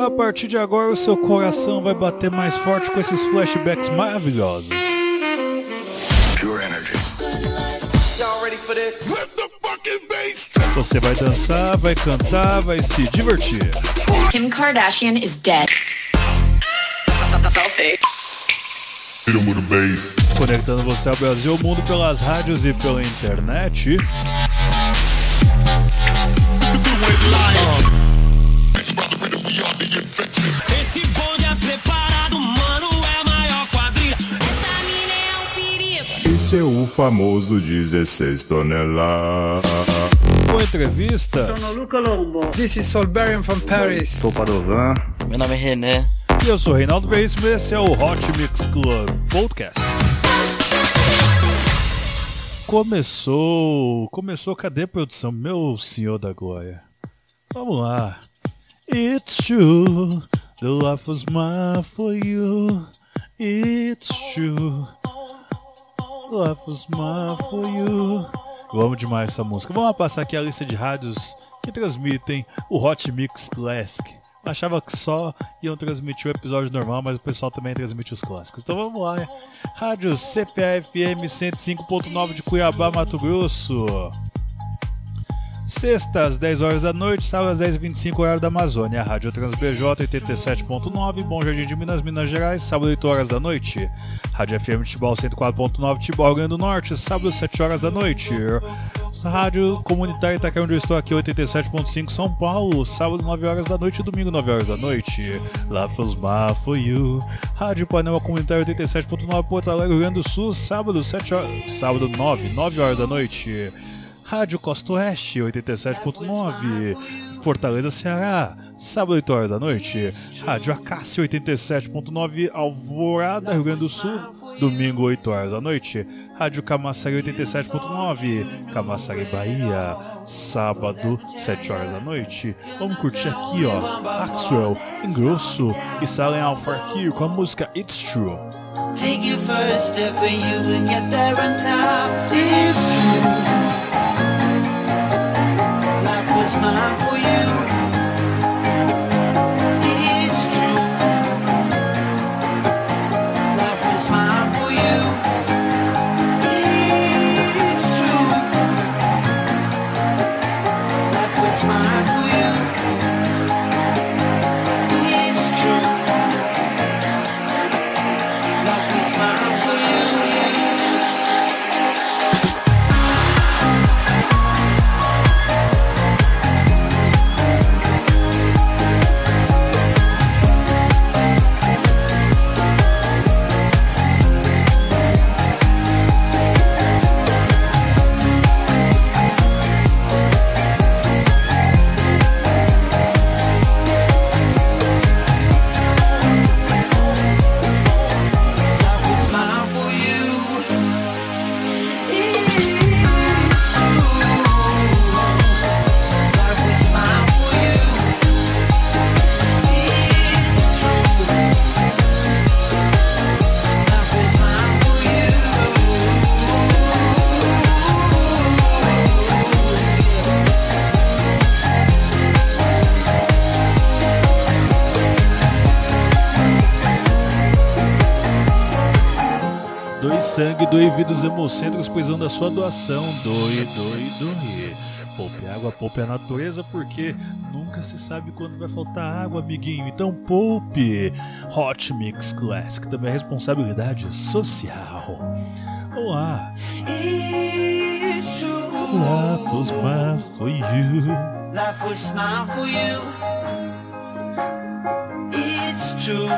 A partir de agora o seu coração vai bater mais forte com esses flashbacks maravilhosos. Pure energy. Y'all ready for this? Let the fucking bass drop. Você vai dançar, vai cantar, vai se divertir. Kim Kardashian is dead. Selfie. Hit 'em with a bass. Conectando você ao Brasil e ao mundo pelas rádios e pela internet. Esse bonde é preparado, mano, é a maior quadrilha. Essa mina é um perigo. Esse é o famoso 16 toneladas. Com entrevistas. This is Solberian from Paris. Sou Padovan. Meu nome é René. E eu sou Reinaldo Veríssimo e esse é o Hot Mix Club Podcast. Começou, cadê a produção? Meu senhor da glória. Vamos lá. It's true, the life was mine for you. It's true, the life was mine for you. Eu amo demais essa música. Vamos passar aqui a lista de rádios que transmitem o Hot Mix Classic. Eu achava que só iam transmitir o episódio normal, mas o pessoal também transmite os clássicos. Então vamos lá, né? Rádio CPA-FM 105.9 de Cuiabá, Mato Grosso. Sexta às 10 horas da noite, sábado às 10h25, horário da Amazônia. Rádio TransBJ 87.9, Bom Jardim de Minas, Minas Gerais, sábado 8 horas da noite. Rádio FM de Tibau 104.9, Tibau, Rio Grande do Norte, sábado 7 horas da noite. Rádio Comunitária Itaquera, onde eu estou aqui, 87.5, São Paulo, sábado 9 horas da noite e domingo 9 horas da noite. Lá was my for you. Rádio Panema Comunitária 87.9, Porto Alegre, Rio Grande do Sul, sábado 9 horas da noite. Rádio Costa Oeste, 87.9, Fortaleza, Ceará, sábado 8 horas da noite. Rádio Acácia, 87.9, Alvorada, Rio Grande do Sul, domingo 8 horas da noite. Rádio Camaçari, 87.9, Camaçari, Bahia, sábado 7 horas da noite. Vamos curtir aqui, ó, Axwell, Engrosso e Silent Alpha aqui com a música It's True. Take your first step and you will get there on top. It's true. Life was mine for you. It's true. Life was mine for you. It's true. Life was mine for you. It's true. Life was mine for you. Doe sangue, doe vida, os hemocentros precisam da sua doação. Doe. Poupe água, poupe a natureza, porque nunca se sabe quando vai faltar água, amiguinho. Então poupe. Hot Mix Classic também é responsabilidade social. Vamos lá. It's true. Life was mine for you. Life was mine for you. It's true.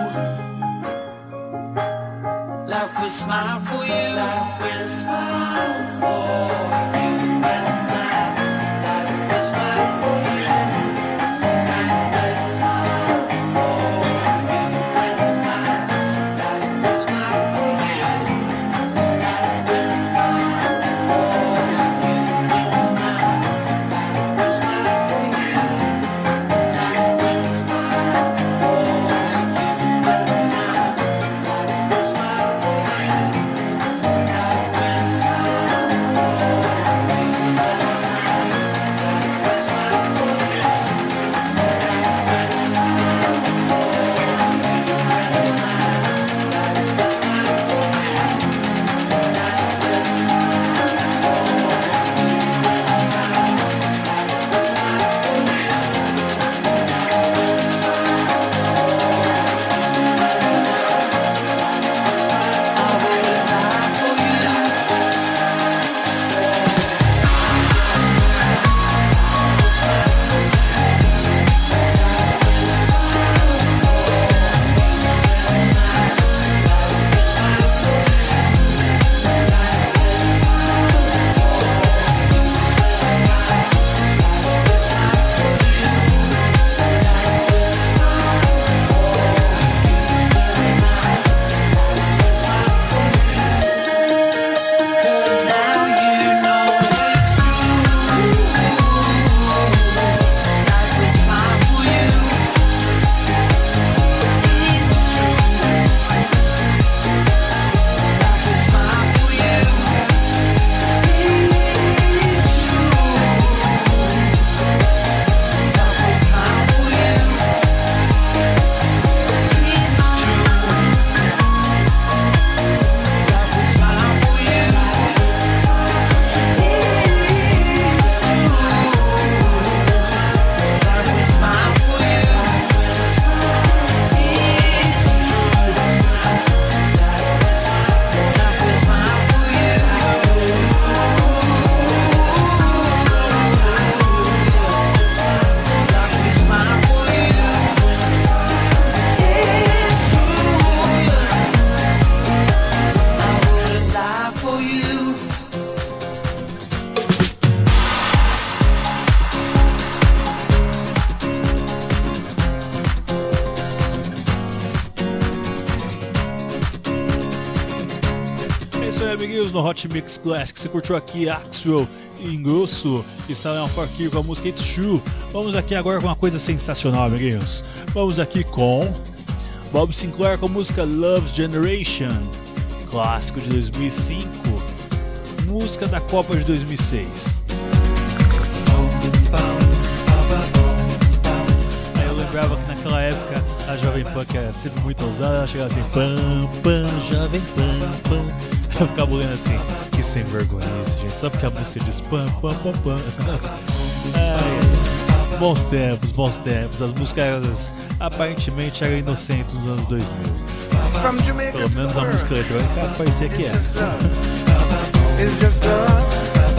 Life was mine for you. Life was mine for you. That's mine. Life was mine for you. Life was mine for you. That's mine. Life was mine for you. Life was mine for you. That's mine. Life was mine for you. Life was mine for you. That's mine. Life was mine for you. Life was Bem-vindos no Hot Mix Classic. Você curtiu aqui Axwell Ingrosso e Salem Fakir com a música It's True. Vamos aqui agora com uma coisa sensacional, amiguinhos. Vamos aqui com Bob Sinclair com a música Love's Generation, clássico de 2005, música da Copa de 2006. Aí eu lembrava que naquela época a Jovem Pan, que era sempre muito ousada, ela chegava assim, pam, pam, Jovem Pan, pam. Eu ficava olhando assim, que sem vergonha isso, gente, só porque a música diz pam, pam, pam, pam. Ai, bons tempos, as músicas aparentemente eram inocentes nos anos 2000. Pelo menos a música eletrônica parecia que é. It's just love.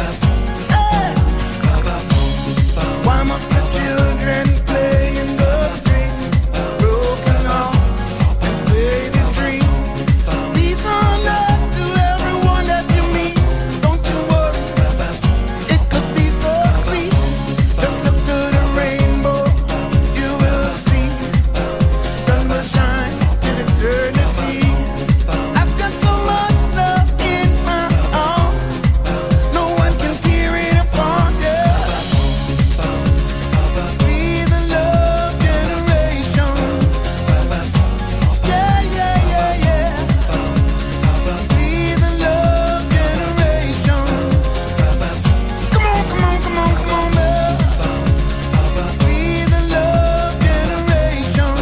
Why must the children play in the streets? Broken hearts and faded dreams. Peace on earth to everyone that you meet. Don't you worry, it could be so sweet. Just look to the rainbow, you will see. The sun will shine till eternity. I've got so much love in my arms. No one can tear it apart, yeah. Be the love generation. Yeah, yeah, yeah, yeah. Be the love generation. Come on, come on, come on, come on, man. Be the love generation.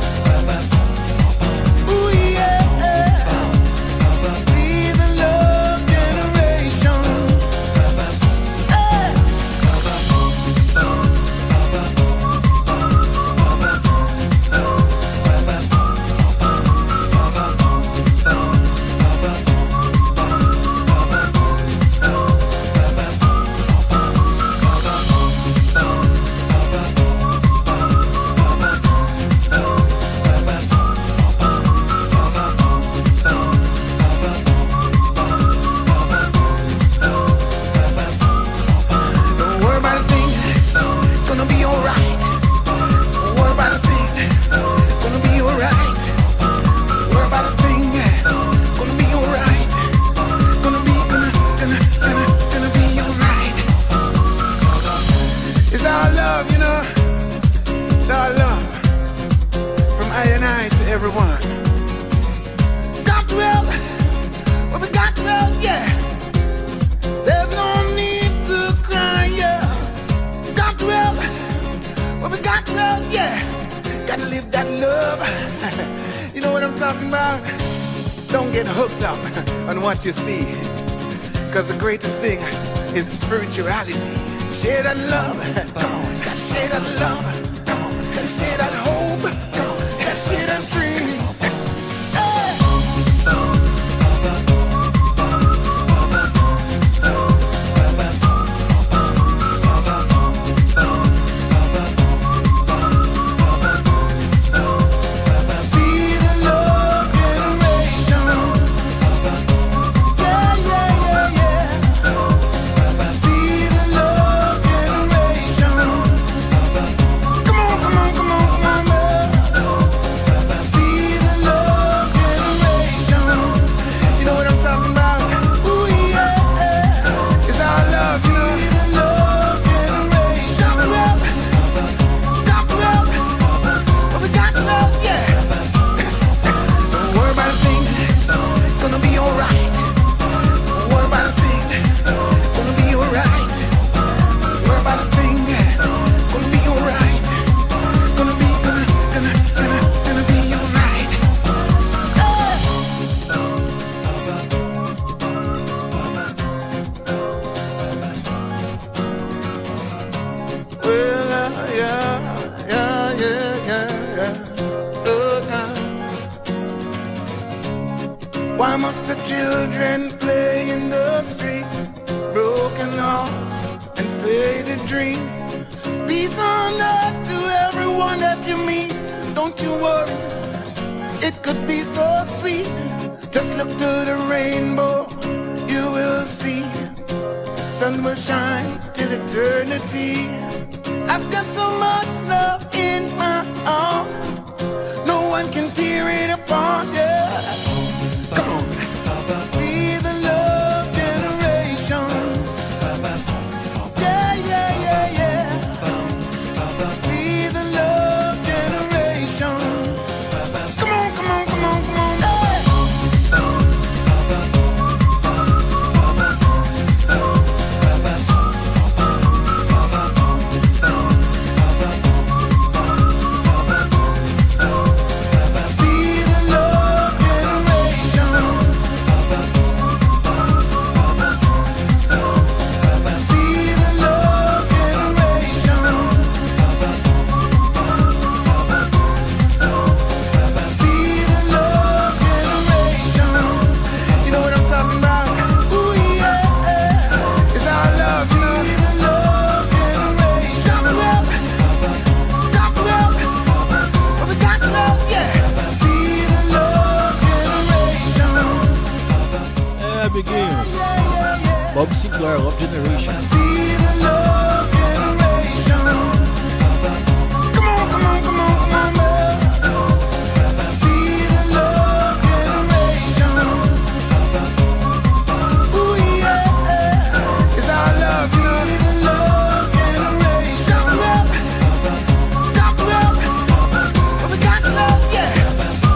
Ooh, yeah. Be the love generation. Hey. Don't worry about a thing, gonna be alright. Don't worry about a thing, gonna be alright. Don't worry about a thing, gonna be alright. Gonna be alright. It's our love, you know. It's our love from I and I to everyone. Got to help, but we got to help, yeah. There's no need to cry, yeah. Got to help, but we got to help, yeah. Got to live that love. You know what I'm talking about? Don't get hooked up on what you see. Cause the greatest thing is spirituality. Share that love, come on. Gotta share that love, come on. Gotta share that hope, come on. Gotta share that dream. Hey. Be the love generation. Yeah, yeah, yeah, yeah. Be the love generation. Come on, come on, come on, come on, man. Be the love generation. You know what I'm talking about? Ooh, yeah. It's our love, you know. Be the love generation. Got to help, but we got to love, yeah. Don't worry about a thing, gonna be alright. Don't worry about a thing, gonna be alright. Don't worry about a thing, gonna be alright. Gonna be alright. Well, yeah. Why must the children play in the streets? Broken hearts and faded dreams. Peace on earth to everyone that you meet. Don't you worry, it could be so sweet. Just look to the rainbow, you will see. The sun will shine till eternity. I've got so much love in my arms. No one can tear it apart, yeah. Come on. Be the love Bob Sinclair, Love Generation. Be the love generation. Come on, come on, come on, come on, love. Be the love generation. Ooh yeah, 'cause I love you. Be the love generation. Got love, but we got love, yeah.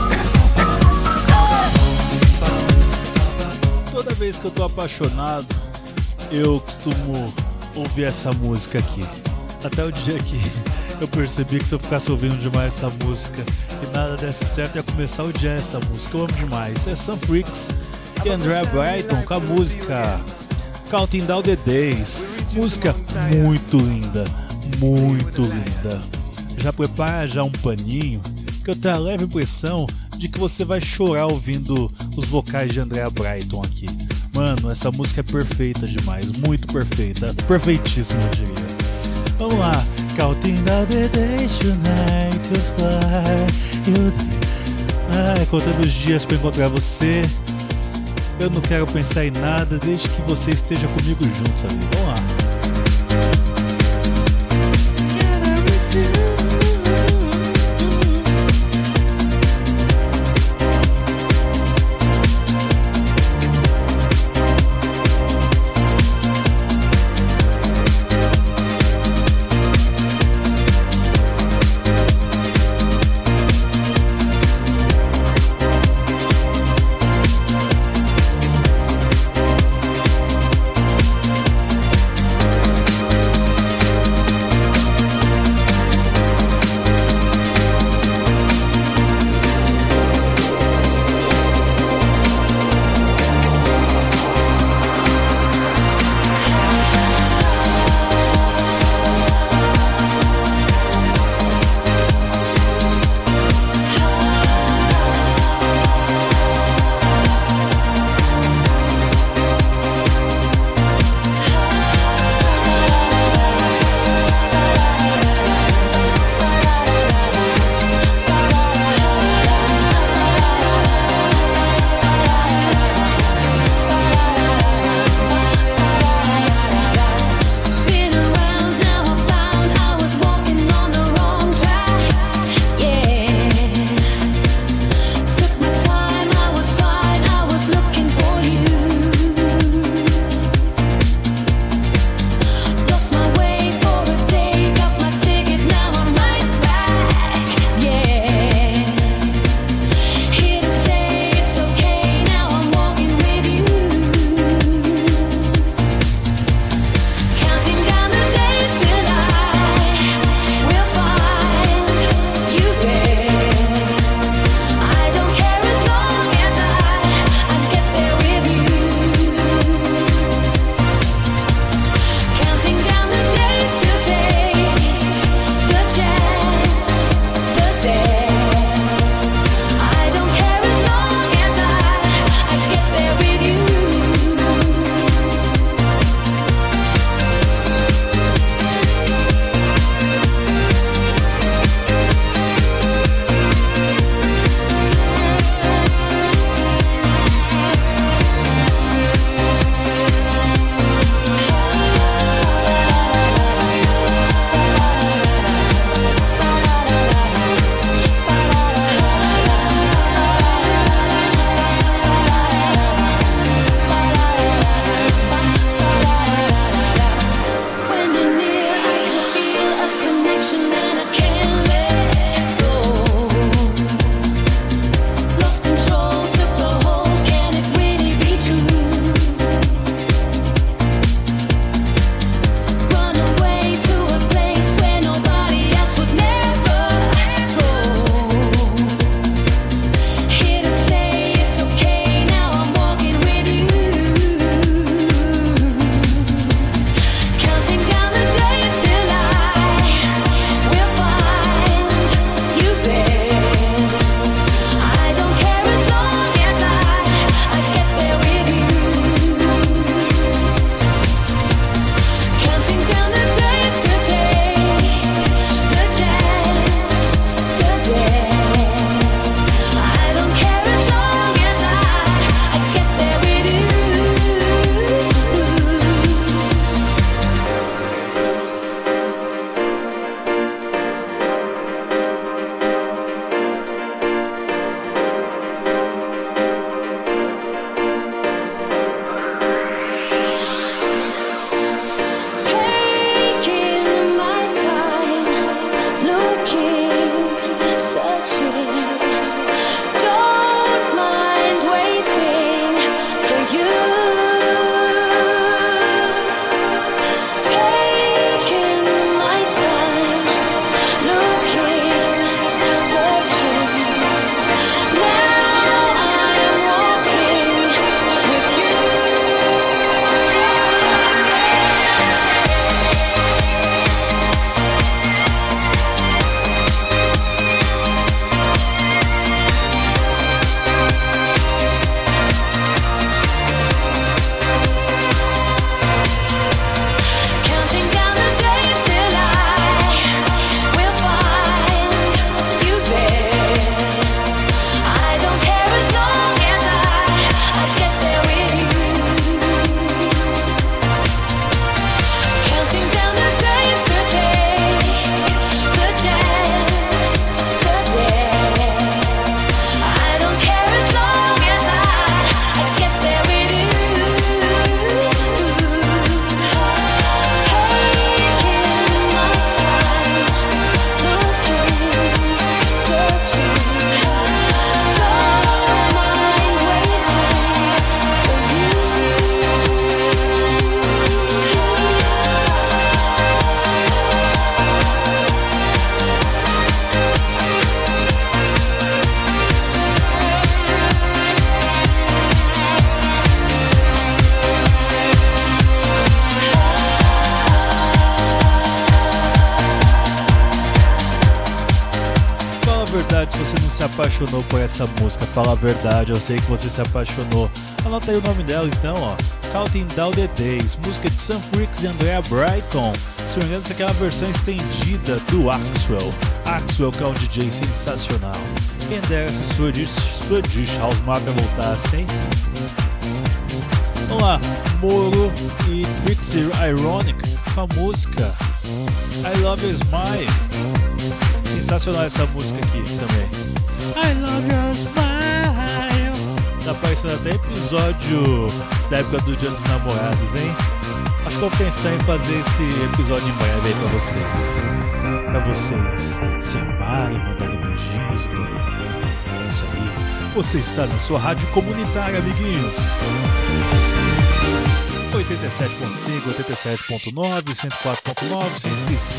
Toda vez que eu tô apaixonado, eu costumo ouvir essa música aqui. Até o dia que eu percebi que se eu ficasse ouvindo demais essa música e nada desse certo, ia começar a odiar essa música. Eu amo demais. É Sun Freaks e Andrea Brighton com a música Counting Down the Days. Música muito linda, muito linda. Já prepara já um paninho, que eu tenho a leve impressão de que você vai chorar ouvindo os vocais de Andrea Brighton aqui. Mano, essa música é perfeita demais, muito perfeita, perfeitíssima eu diria. Vamos lá. Counting down the days tonight to fly. Contando os dias pra encontrar você. Eu não quero pensar em nada desde que você esteja comigo junto, sabe? Vamos lá. se você não se apaixonou por essa música, fala a verdade, eu sei que você se apaixonou. Anota aí o nome dela então, ó. Counting Down the Days, música de Sam Freaks e Andrea Brighton. Se não me engano, essa aqui é uma versão estendida do Axwell. Axwell, que é um DJ sensacional. Quem dera se Swedish House Mafia voltasse, hein? Vamos lá, Moro e Trixie Ironic com a música I Love Your Smile. Sensacional essa música aqui também. I Love Your Smile. Tá aparecendo até episódio da época do Dia dos Namorados, hein? Acho que vou pensar em fazer esse episódio em breve aí pra vocês. Pra vocês se amarem, mandarem beijinhos por aí. É isso aí. Você está na sua rádio comunitária, amiguinhos. 87.5, 87.9, 104.9, 105.9.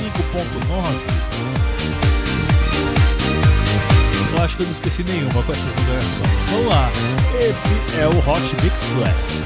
Eu acho que eu não esqueci nenhuma com essas numerações. Vamos lá, esse é o Hot Mix Classic.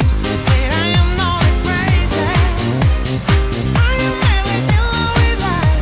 I am really in love with life.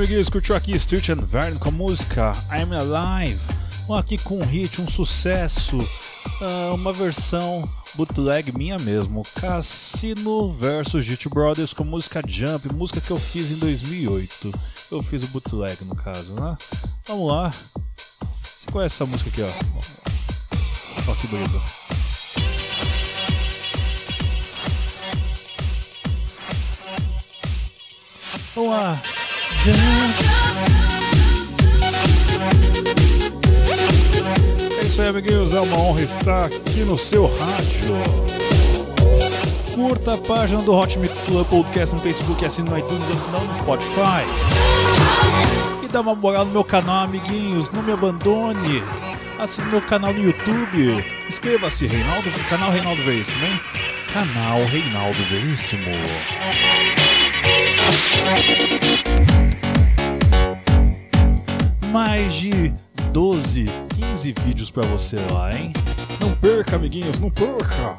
amiguinhos, curtiu aqui Street and Verne com a música I'm Alive. Aqui com um hit, um sucesso, uma versão bootleg minha mesmo, Cassino vs Git Brothers com música Jump, música que eu fiz em 2008. Eu fiz o bootleg no caso, né? Vamos lá. Você conhece essa música aqui, ó? Ó que beleza. Vamos lá. É isso aí, amiguinhos. É uma honra estar aqui no seu rádio. Curta a página do Hot Mix Club Podcast no Facebook, assine no iTunes, assine no Spotify. E dá uma moral no meu canal, amiguinhos. Não me abandone. Assine meu canal no YouTube. Inscreva-se, canal Reinaldo Veríssimo, hein? Canal Reinaldo Veríssimo. Mais de 12, 15 vídeos pra você lá, hein? Não perca, amiguinhos, não perca!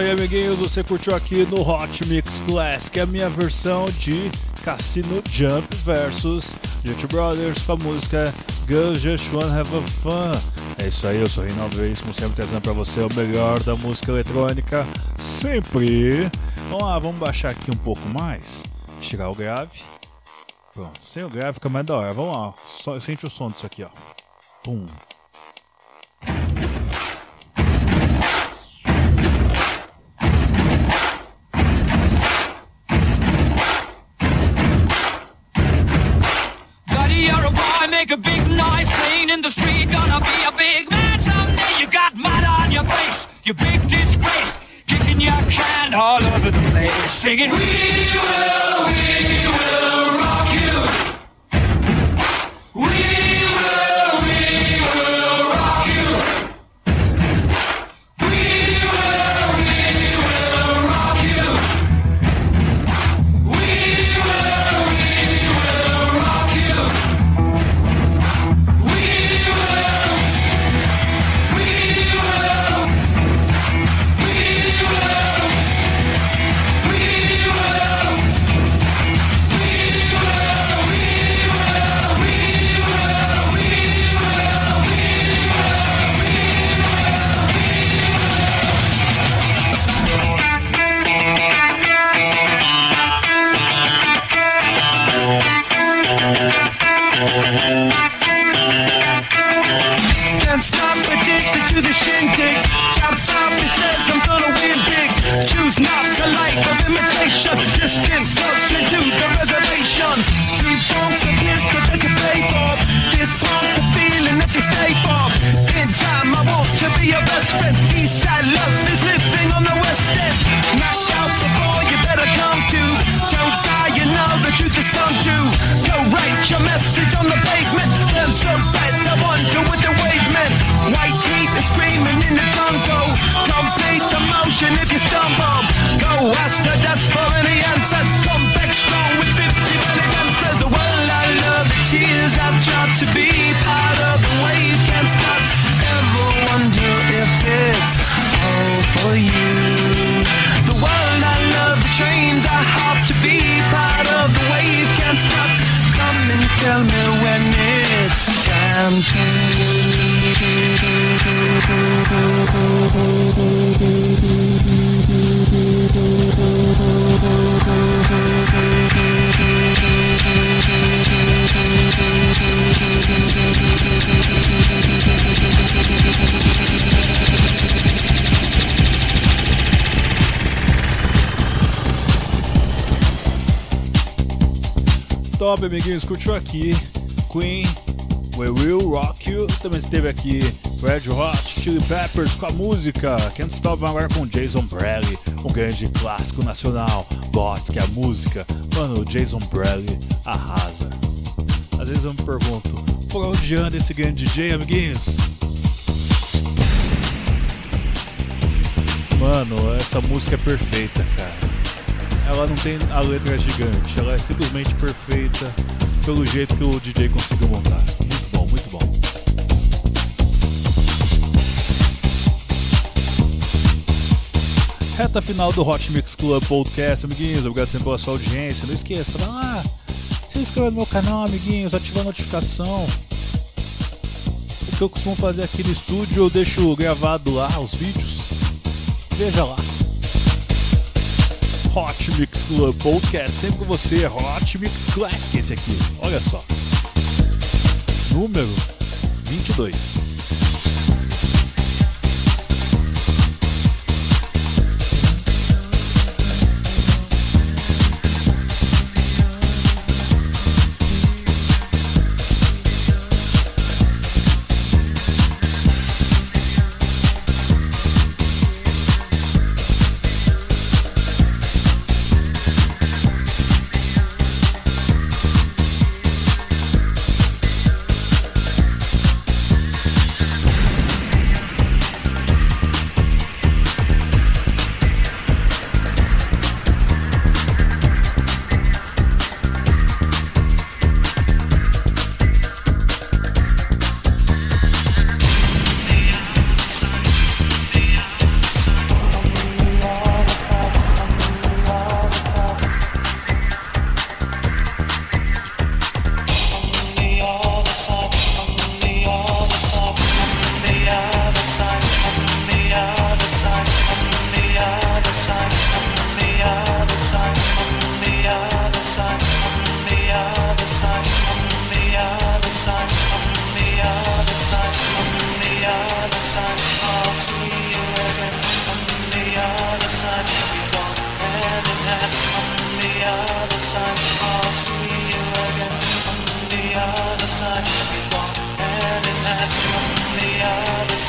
aí, amiguinhos, você curtiu aqui no Hot Mix Classic a minha versão de Cassino Jump versus Jet Brothers com a música Girls Just Wanna Have a Fun. É isso aí, eu sou Reinaldo Veríssimo, sempre trazendo pra você o melhor da música eletrônica, sempre. Vamos lá, vamos baixar aqui um pouco mais, tirar o grave. Pronto, sem o grave fica mais da hora. Vamos lá, sente o som disso aqui, ó. Pum. You're a boy, make a big noise, playing in the street, gonna be a big man someday. You got mud on your face, you big disgrace, kicking your can all over the place, singing, we will rock you. We will rock you. We will rock you. We will rock you. Can't stop, addicted to the shindig. Chopped up, it says I'm gonna win big. Choose not to life of imitation. Distant close into the reservation. Deep funk the business that you pay for. This punk the feeling that you stay for. In time I want to be your best friend. Eastside love is living on the west end. Knocked out before you better come to. Don't die, you know the truth is sung to. Go write your message on the pavement. Burn so bright, I wonder what the wave meant. White heat is screaming in the jungle. Complete the motion if you stumble. Go ask the dust for any answers. Come back strong with 50 belly dancers. The world I love, the tears I've dropped to be part of the wave can't stop. Ever wonder if it's all for you? The world I love, the trains I hop to be part of the wave can't stop. Come and tell me when it's time Top, amiguinhos, curtiu aqui Queen, We Will Rock You. Também esteve aqui Red Hot Chili Peppers com a música Can't Stop, agora com Jason Brelli, um grande clássico nacional. Gosto que é a música, mano, o Jason Brelli arrasa. Às vezes eu me pergunto, por onde anda esse grande DJ, amiguinhos? Mano, essa música é perfeita, cara. Ela não tem a letra gigante, ela é simplesmente perfeita pelo jeito que o DJ conseguiu montar. Muito bom, muito bom. Reta final do Hot Mix Club Podcast, amiguinhos. Obrigado sempre pela sua audiência. Não esqueça, vai lá, se inscreva no meu canal, amiguinhos, ativa a notificação. O que eu costumo fazer aqui no estúdio, eu deixo gravado lá os vídeos. Veja lá. Hot Mix Club Podcast, sempre com você, Hot Mix Classic, esse aqui, olha só, número 22.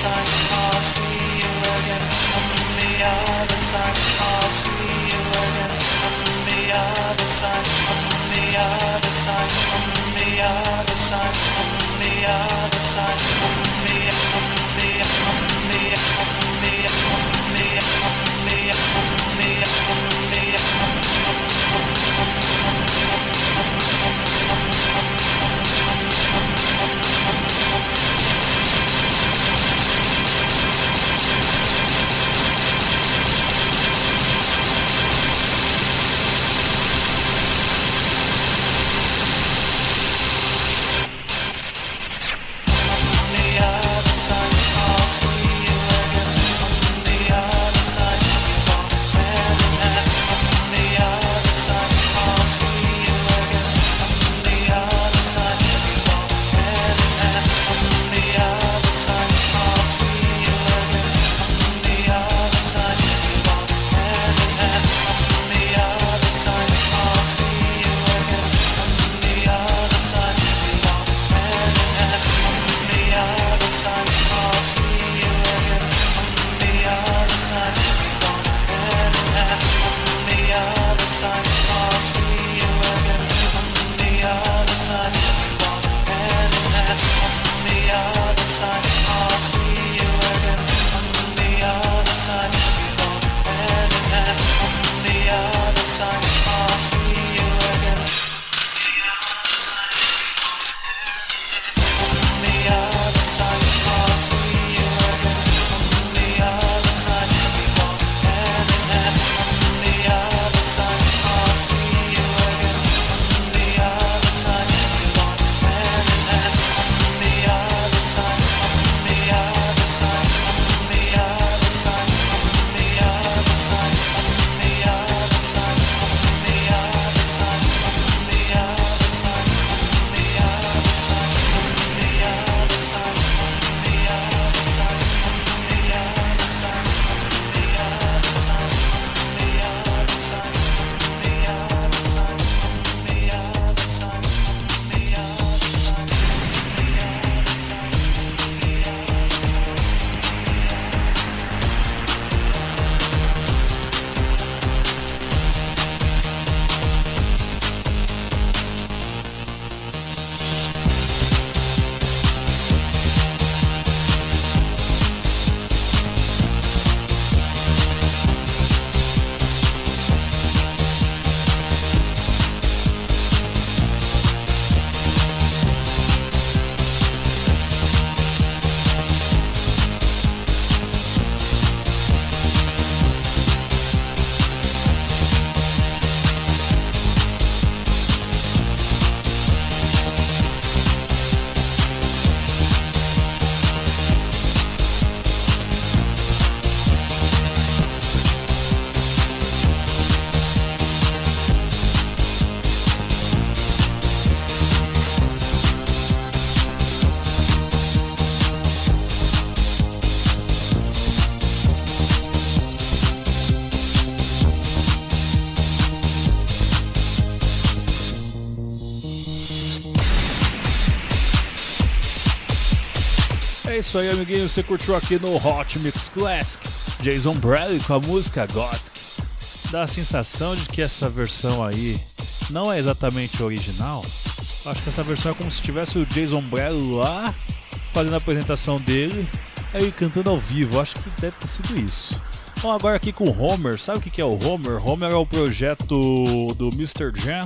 É isso aí, amiguinho. Você curtiu aqui no Hot Mix Classic Jason Bradley com a música Gothic. Dá a sensação de que essa versão aí não é exatamente original. Acho que essa versão é como se tivesse o Jason Bradley lá fazendo a apresentação dele, aí cantando ao vivo. Acho que deve ter sido isso. Bom, agora aqui com o Homer. Sabe o que é o Homer? Homer é o projeto do Mr. Jam.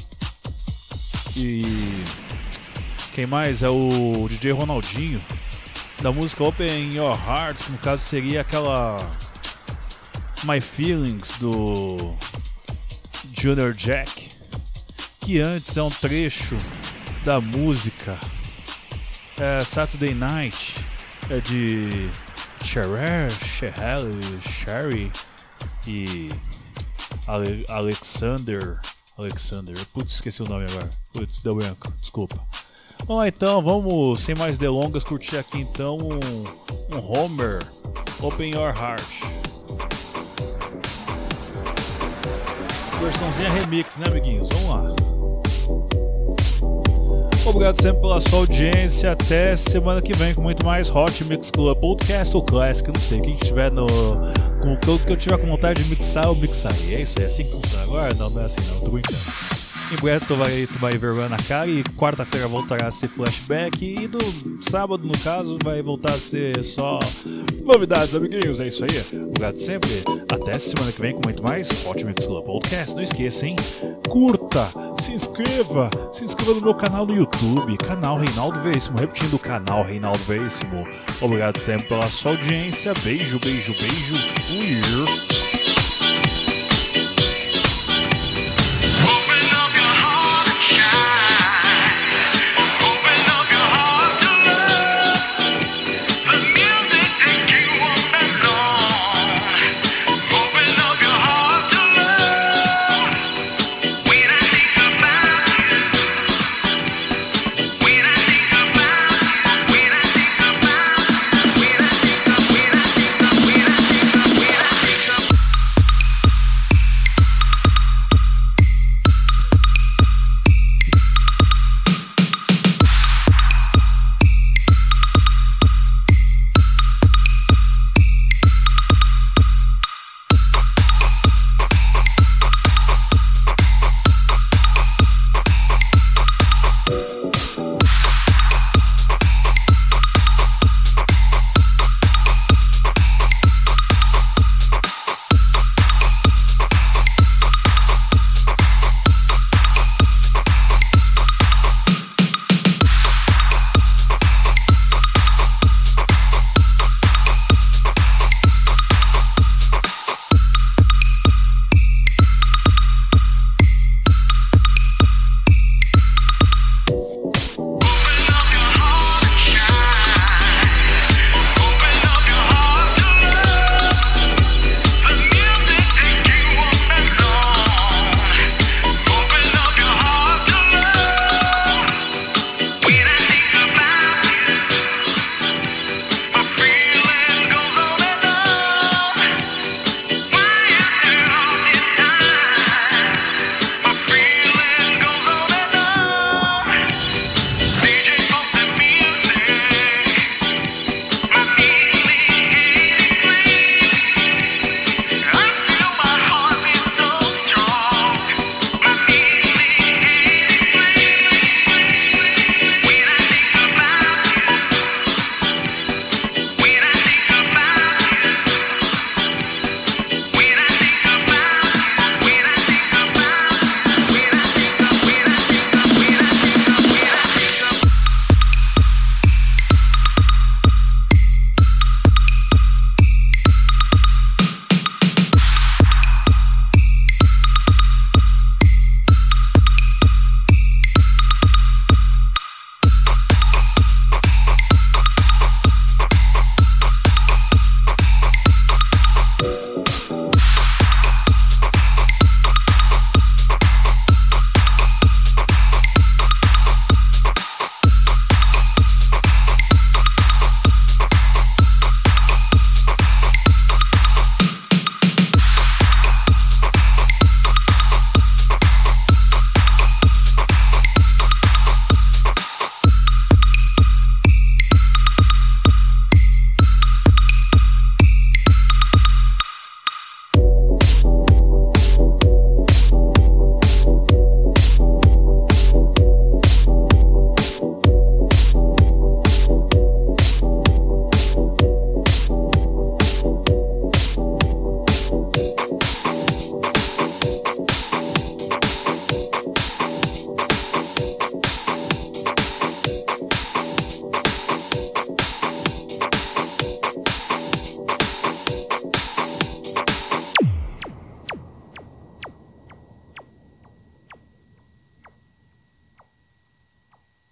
E quem mais? É o DJ Ronaldinho, da música Open Your Heart, que no caso seria aquela My Feelings do Junior Jack, que antes é um trecho da música Saturday Night, é de Sherry e Alexander. Putz, esqueci o nome agora. Putz, deu branco, desculpa. Vamos lá então, vamos sem mais delongas curtir aqui então um Homer, Open Your Heart. Versãozinha remix, né, amiguinhos? Vamos lá. Obrigado sempre pela sua audiência. Até semana que vem com muito mais Hot Mix Club Podcast ou Classic. Não sei, quem estiver com o que eu tiver com vontade de mixar, eu mixarei. É isso aí, é assim que funciona agora? Não é assim não, tô brincando. Em breve tu vai vergonha na cara e quarta-feira voltará a ser flashback e no sábado, no caso, vai voltar a ser só novidades, amiguinhos. É isso aí. Obrigado sempre. Até semana que vem com muito mais Hot Mix Club Podcast. Não esqueça, hein? Curta, se inscreva no meu canal no YouTube, canal Reinaldo Veríssimo. Repetindo, canal Reinaldo Veríssimo. Obrigado sempre pela sua audiência. Beijo, beijo, beijo. Fui.